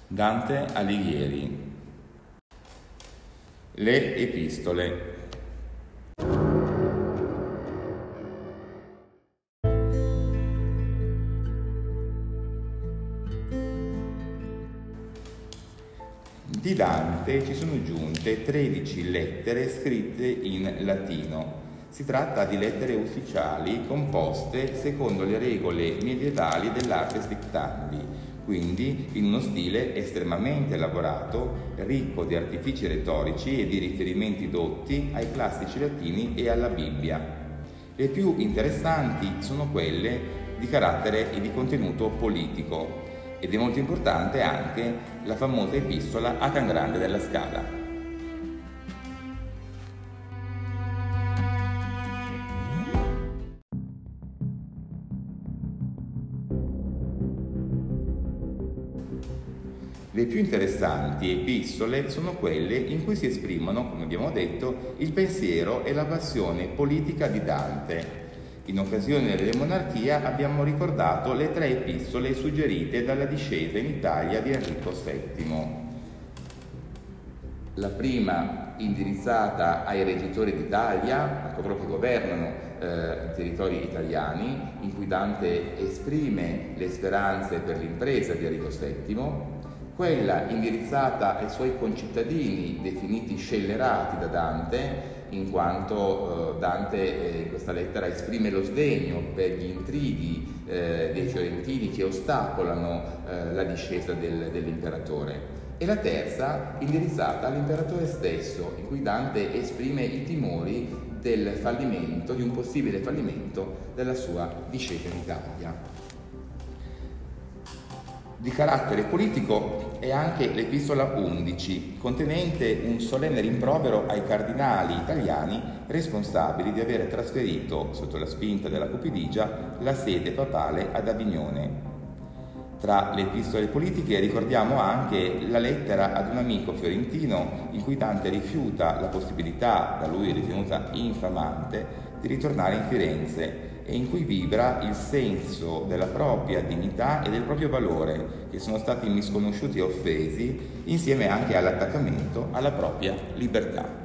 Dante Alighieri. Le epistole. Di Dante ci sono giunte 13 lettere scritte in latino. Si tratta di lettere ufficiali composte secondo le regole medievali dell'arte scrittandi, quindi in uno stile estremamente elaborato, ricco di artifici retorici e di riferimenti dotti ai classici latini e alla Bibbia. Le più interessanti sono quelle di carattere e di contenuto politico, ed è molto importante anche la famosa epistola a Can Grande della Scala. Le più interessanti epistole sono quelle in cui si esprimono, come abbiamo detto, il pensiero e la passione politica di Dante. In occasione della monarchia abbiamo ricordato le 3 epistole suggerite dalla discesa in Italia di Enrico VII. La prima indirizzata ai reggitori d'Italia, a coloro che governano i territori italiani, in cui Dante esprime le speranze per l'impresa di Enrico VII, quella indirizzata ai suoi concittadini definiti scellerati da Dante, in quanto Dante in questa lettera esprime lo sdegno per gli intrighi dei fiorentini che ostacolano la discesa dell'imperatore. E la terza indirizzata all'imperatore stesso, in cui Dante esprime i timori del fallimento, di un possibile fallimento della sua discesa in Italia. Di carattere politico è anche l'Epistola 11, contenente un solenne rimprovero ai cardinali italiani responsabili di aver trasferito, sotto la spinta della Cupidigia, la sede papale ad Avignone. Tra le epistole politiche ricordiamo anche la lettera ad un amico fiorentino in cui Dante rifiuta la possibilità, da lui ritenuta infamante, di ritornare in Firenze, e in cui vibra il senso della propria dignità e del proprio valore, che sono stati misconosciuti e offesi, insieme anche all'attaccamento alla propria libertà.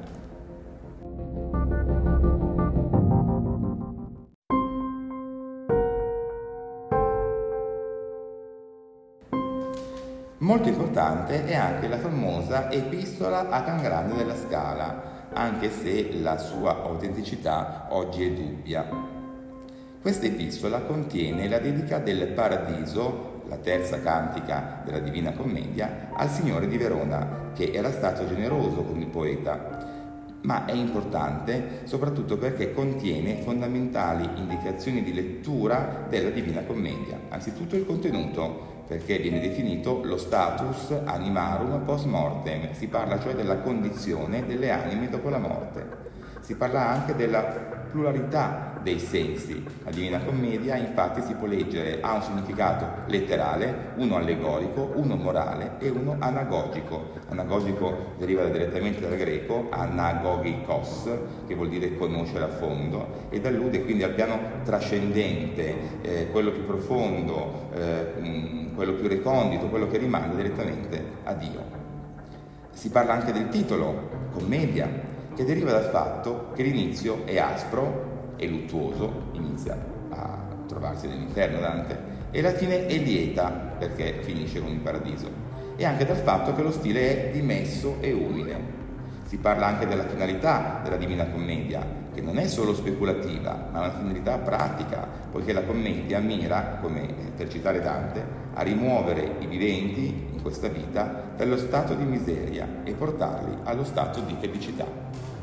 Molto importante è anche la famosa Epistola a Can Grande della Scala, anche se la sua autenticità oggi è dubbia. Questa epistola contiene la dedica del Paradiso, la terza cantica della Divina Commedia, al Signore di Verona, che era stato generoso con il poeta. Ma è importante soprattutto perché contiene fondamentali indicazioni di lettura della Divina Commedia. Anzitutto il contenuto, perché viene definito lo status animarum post mortem, si parla cioè della condizione delle anime dopo la morte. Si parla anche della pluralità dei sensi. La Divina Commedia infatti si può leggere, ha un significato letterale, uno allegorico, uno morale e uno anagogico. Anagogico deriva direttamente dal greco anagogikos, che vuol dire conoscere a fondo, ed allude quindi al piano trascendente, quello più profondo, quello più recondito, quello che rimane direttamente a Dio. Si parla anche del titolo, commedia, che deriva dal fatto che l'inizio è aspro e luttuoso, inizia a trovarsi nell'inferno Dante, e la fine è lieta, perché finisce con il paradiso, e anche dal fatto che lo stile è dimesso e umile. Si parla anche della finalità della Divina Commedia, che non è solo speculativa, ma una finalità pratica, poiché la commedia mira, come per citare Dante, a rimuovere i viventi in questa vita dallo stato di miseria e portarli allo stato di felicità.